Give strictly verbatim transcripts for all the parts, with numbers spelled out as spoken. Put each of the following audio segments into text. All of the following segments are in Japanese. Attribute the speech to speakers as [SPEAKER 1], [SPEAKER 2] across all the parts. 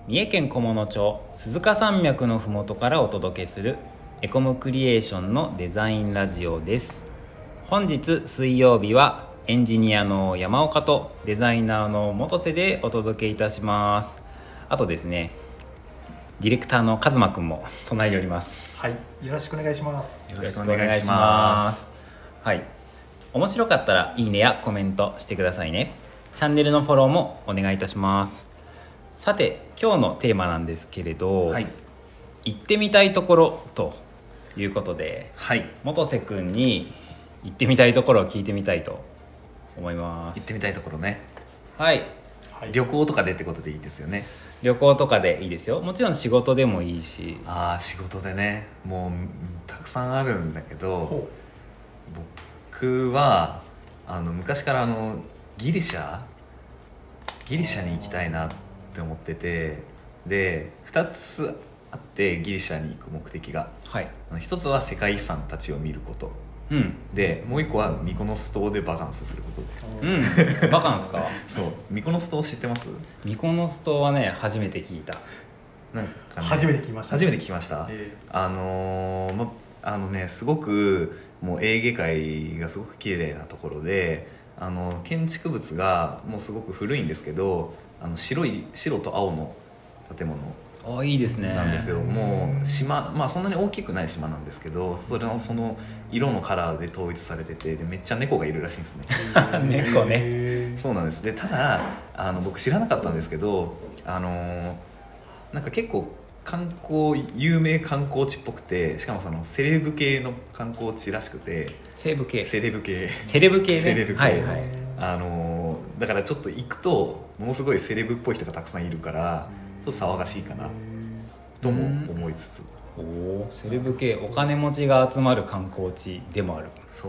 [SPEAKER 1] 三重県菰野町鈴鹿山脈のふもとからお届けするエコムクリエーションのデザインラジオです。本日水曜日はエンジニアの山岡とデザイナーの本瀬でお届けいたします。あとですね、ディレクターの和真くんも隣におります。
[SPEAKER 2] はい、よろしくお願いします。
[SPEAKER 1] よろしくお願いします。はい、面白かったらいいねやコメントしてくださいね。チャンネルのフォローもお願いいたします。さて今日のテーマなんですけれど、はい、行ってみたいところということで、はい、本瀬くんに行ってみたいところを聞いてみたいと思います。
[SPEAKER 3] 行ってみたいところね、
[SPEAKER 1] はい、
[SPEAKER 3] はい、旅行とかでってことでいいですよね。
[SPEAKER 1] 旅行とかでいいですよ。もちろん仕事でもいいし。
[SPEAKER 3] ああ、仕事でね、もうたくさんあるんだけど、僕はあの昔からあのギリシャギリシャに行きたいなって思ってて、でふたつあってギリシャに行く目的が、はい、ひとつは世界遺産たちを見ること、うん、でもういっこはミコノス島でバカンスすることで、
[SPEAKER 1] うん、バカンスか
[SPEAKER 3] そう、ミコノス島知ってます？
[SPEAKER 1] ミコノス島はね初めて聞いた。
[SPEAKER 2] なんか、ね、初めて聞きました、
[SPEAKER 3] 初めて聞きました、えー、あのー、まあのねすごくもうエーゲ海がすごく綺麗なところで、あの建築物がもうすごく古いんですけど、あの白い白と青の建物
[SPEAKER 1] あ、いいですね。
[SPEAKER 3] なんですよ。もう島、まあそんなに大きくない島なんですけど、それのその色のカラーで統一されてて、でめっちゃ猫がいるらしいんですね。
[SPEAKER 1] 猫ね。
[SPEAKER 3] そうなんです。でただあの僕知らなかったんですけど、あのなんか結構観光有名観光地っぽくて、しかもそのセレブ系の観光地らしくて、
[SPEAKER 1] セレブ系
[SPEAKER 3] セレブ系
[SPEAKER 1] セレブ系ね。
[SPEAKER 3] セレブ系、
[SPEAKER 1] はいはい、
[SPEAKER 3] あのだからちょっと行くとものすごいセレブっぽい人がたくさんいるから、ちょっと騒がしいかなとも思いつつ、
[SPEAKER 1] おお、セレブ系、お金持ちが集まる観光地でもある。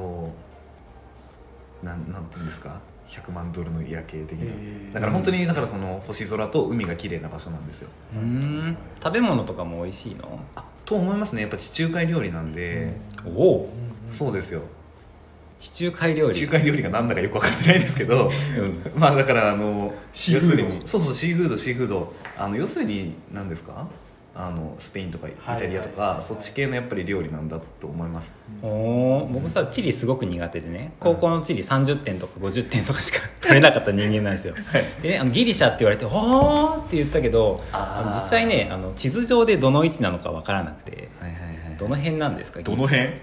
[SPEAKER 3] そうなん、なんていうんですか、ひゃくまんドルの夜景的な、だから本当にだからその星空と海が綺麗な場所なんですよ。
[SPEAKER 1] うーん、食べ物とかも美味しいの？
[SPEAKER 3] あと思いますね。やっぱ地中海料理なんで、
[SPEAKER 1] うん、おお、
[SPEAKER 3] そうですよ。
[SPEAKER 1] 地中海料理、
[SPEAKER 3] 地中海料理が何だかよく分かってないんですけど、うん、まあだからあの要するにそうそうシーフードシーフードあの要するに何ですか、あのスペインとかイタリアとか、はいはいはい、そっち系のやっぱり料理なんだと思います。
[SPEAKER 1] お、僕さ地理すごく苦手でね、高校の地理さんじゅってんとかごじゅってんとかしか取れなかった人間なんですよ。でね、あのギリシャって言われて「はーって言ったけど、あ実際ねあの地図上でどの位置なのか分からなくて、はいはいはい、どの辺なんですか？
[SPEAKER 3] どの辺？うん、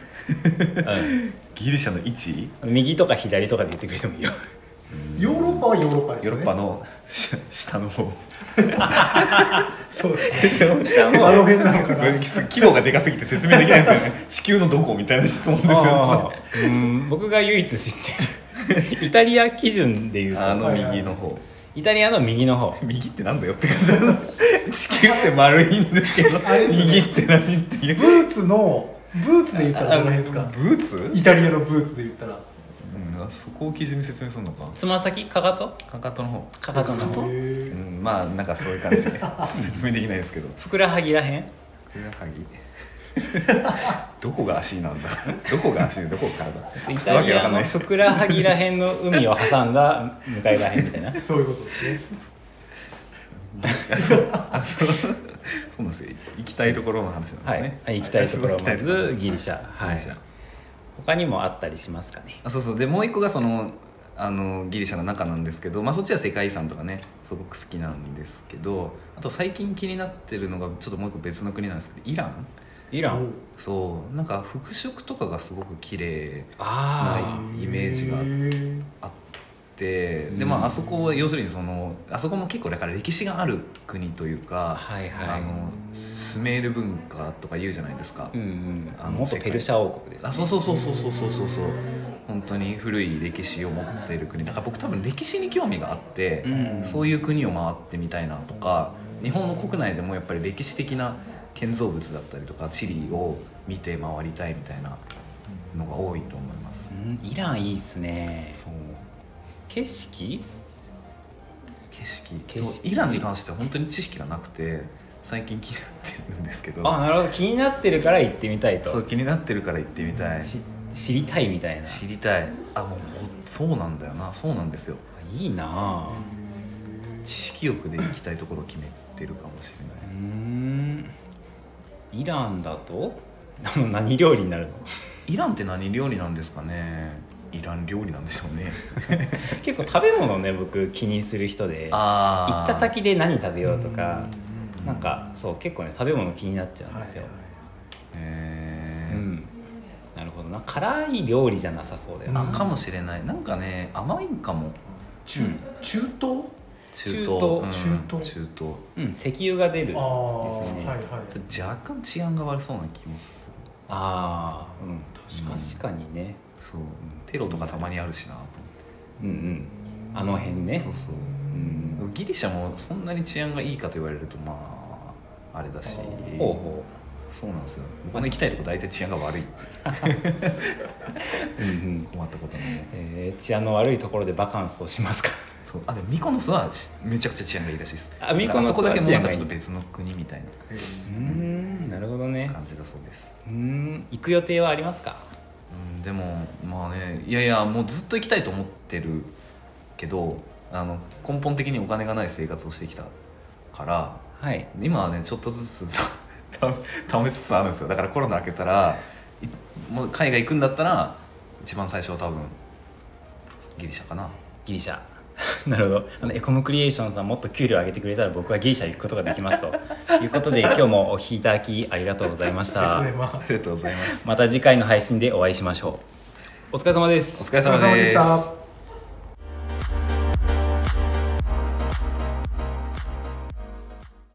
[SPEAKER 3] ギリシャの位置？
[SPEAKER 1] 右とか左とかで言ってくれてもいいよ。
[SPEAKER 2] ヨーロッパはヨーロッパですね。
[SPEAKER 3] ヨーロッパの下の方。
[SPEAKER 2] そうですね。下のあの辺なのかな。
[SPEAKER 3] 規模がでかすぎて説明できないんですよね。地球のどこみたいな質問ですよね。
[SPEAKER 1] うん、僕が唯一知ってるイタリア基準でいうと
[SPEAKER 3] あの右の方。
[SPEAKER 1] イタリアの右の方。
[SPEAKER 3] 右ってなんだよって感じなの。地球って丸いんですけど、ね、右って何っていう。
[SPEAKER 2] ブーツのブーツで言ったらどの辺ですか？
[SPEAKER 3] ブーツ？
[SPEAKER 2] イタリアのブーツで言ったら。
[SPEAKER 3] うん、そこを基準に説明するのか。
[SPEAKER 1] つま先、かかと？
[SPEAKER 3] かかとの方。
[SPEAKER 1] かかとの方。
[SPEAKER 3] うん、まあなんかそういう感じで説明できないですけど。
[SPEAKER 1] ふくらはぎらへん？
[SPEAKER 3] ふくらはぎ。どこが足なんだ？どこが足でどこが体？
[SPEAKER 1] イタリアのふくらはぎらへんの海を挟んだ向かいらへんみたいな。
[SPEAKER 2] そういうことですね。
[SPEAKER 3] そうなんですよ。行きたいところの話なんですね。
[SPEAKER 1] はい、行きたいところはまずギリシャ。はい。他にもあったりしますかね？
[SPEAKER 3] あ、そうそう。でもう一個がそのあのギリシャの中なんですけど、まあそっちは世界遺産とかねすごく好きなんですけど、あと最近気になってるのがちょっともう一個別の国なんですけど、イラン。
[SPEAKER 1] イラン。
[SPEAKER 3] そう、なんか服飾とかがすごく綺麗なイメージがあって、でまああそこは要するにそのあそこも結構だから歴史がある国というか、はいはい、あのスメール文化とか言うじゃないですか。
[SPEAKER 1] うんうん、あの元ペルシャ王国ですね。
[SPEAKER 3] あ、そうそうそうそうそうそうそうそう。本当に古い歴史を持っている国だから僕多分歴史に興味があって、うん、そういう国を回ってみたいなとか、日本の国内でもやっぱり歴史的な建造物だったりとか地理を見て回りたいみたいなのが多いと思います。
[SPEAKER 1] うん、イランいいっすね。
[SPEAKER 3] そう。
[SPEAKER 1] 景色？
[SPEAKER 3] 景色。景色。イランに関しては本当に知識がなくて最近気になってるんですけど。
[SPEAKER 1] あ、なるほど。気になってるから行ってみたいと。
[SPEAKER 3] そう、気になってるから行ってみたい。
[SPEAKER 1] 知りたいみたいな。
[SPEAKER 3] 知りたい。あ、もうそうなんだよな。そうなんですよ。
[SPEAKER 1] いいな。
[SPEAKER 3] 知識欲で行きたいところを決めってるかもしれ
[SPEAKER 1] うー
[SPEAKER 3] ない。
[SPEAKER 1] んイランだと何料理になるの？
[SPEAKER 3] イランって何料理なんですかね。イラン料理なんでしょうね。
[SPEAKER 1] 結構食べ物ね僕気にする人で、
[SPEAKER 3] あ
[SPEAKER 1] 行った先で何食べようとか、
[SPEAKER 3] うん
[SPEAKER 1] なんかそう結構ね食べ物気になっちゃうんですよ、
[SPEAKER 3] へー
[SPEAKER 1] うんなるほどな。辛い料理じゃなさそうだよな。
[SPEAKER 3] あかもしれない。なんかね甘いんかも。
[SPEAKER 2] 中中東
[SPEAKER 3] 中東
[SPEAKER 1] 中東
[SPEAKER 3] うん
[SPEAKER 2] 中東
[SPEAKER 3] 中東
[SPEAKER 1] うん石油が出るです
[SPEAKER 2] ああ
[SPEAKER 1] ね。
[SPEAKER 2] はいはい
[SPEAKER 3] ちょっと若干治安が悪そうな気もする。
[SPEAKER 1] ああうん
[SPEAKER 3] 確かに
[SPEAKER 1] 確かにね。
[SPEAKER 3] そうテロとかたまにあるしなと
[SPEAKER 1] うんうんあの辺ね。
[SPEAKER 3] 思って。そうそう
[SPEAKER 1] うん
[SPEAKER 3] ギリシャもそんなに治安がいいかと言われるとまああれだし、
[SPEAKER 2] あー
[SPEAKER 1] ほうほ
[SPEAKER 3] そうなんですよ。僕の行きたいとこ大体治安が悪い。
[SPEAKER 1] ううんうん
[SPEAKER 3] 困ったことにね。
[SPEAKER 1] えー治安の悪いところでバカンスをしますか？
[SPEAKER 3] そうあでもミコノスはしめちゃくちゃ治安がいいらしいです。
[SPEAKER 1] あミコノスは
[SPEAKER 3] そこだけもうなんか
[SPEAKER 1] 治安がいい
[SPEAKER 3] ちょっと別の国みたいな
[SPEAKER 2] へ
[SPEAKER 1] う
[SPEAKER 2] ー
[SPEAKER 1] んなるほどね。
[SPEAKER 3] 感じだそうです。
[SPEAKER 1] うーん行く予定はありますか？
[SPEAKER 3] うん、でもまあねいやいやもうずっと行きたいと思ってるけどあの根本的にお金がない生活をしてきたから
[SPEAKER 1] はい
[SPEAKER 3] 今はねちょっとずつたためつつあるんですよ。だからコロナ明けたらいもう海外行くんだったら一番最初は多分ギリシャかな。
[SPEAKER 1] ギリシャなるほど。あのエコムクリエーションさんもっと給料上げてくれたら僕はギリシャ行くことができますということで今日もお聞きいただきありがとうございまし
[SPEAKER 2] ありがと
[SPEAKER 1] た
[SPEAKER 2] うございます
[SPEAKER 3] ありがとうございます。
[SPEAKER 1] また次回の配信でお会いしましょう。お疲れ様です。
[SPEAKER 3] お疲れ様
[SPEAKER 2] お疲れ様で
[SPEAKER 3] です。
[SPEAKER 2] した。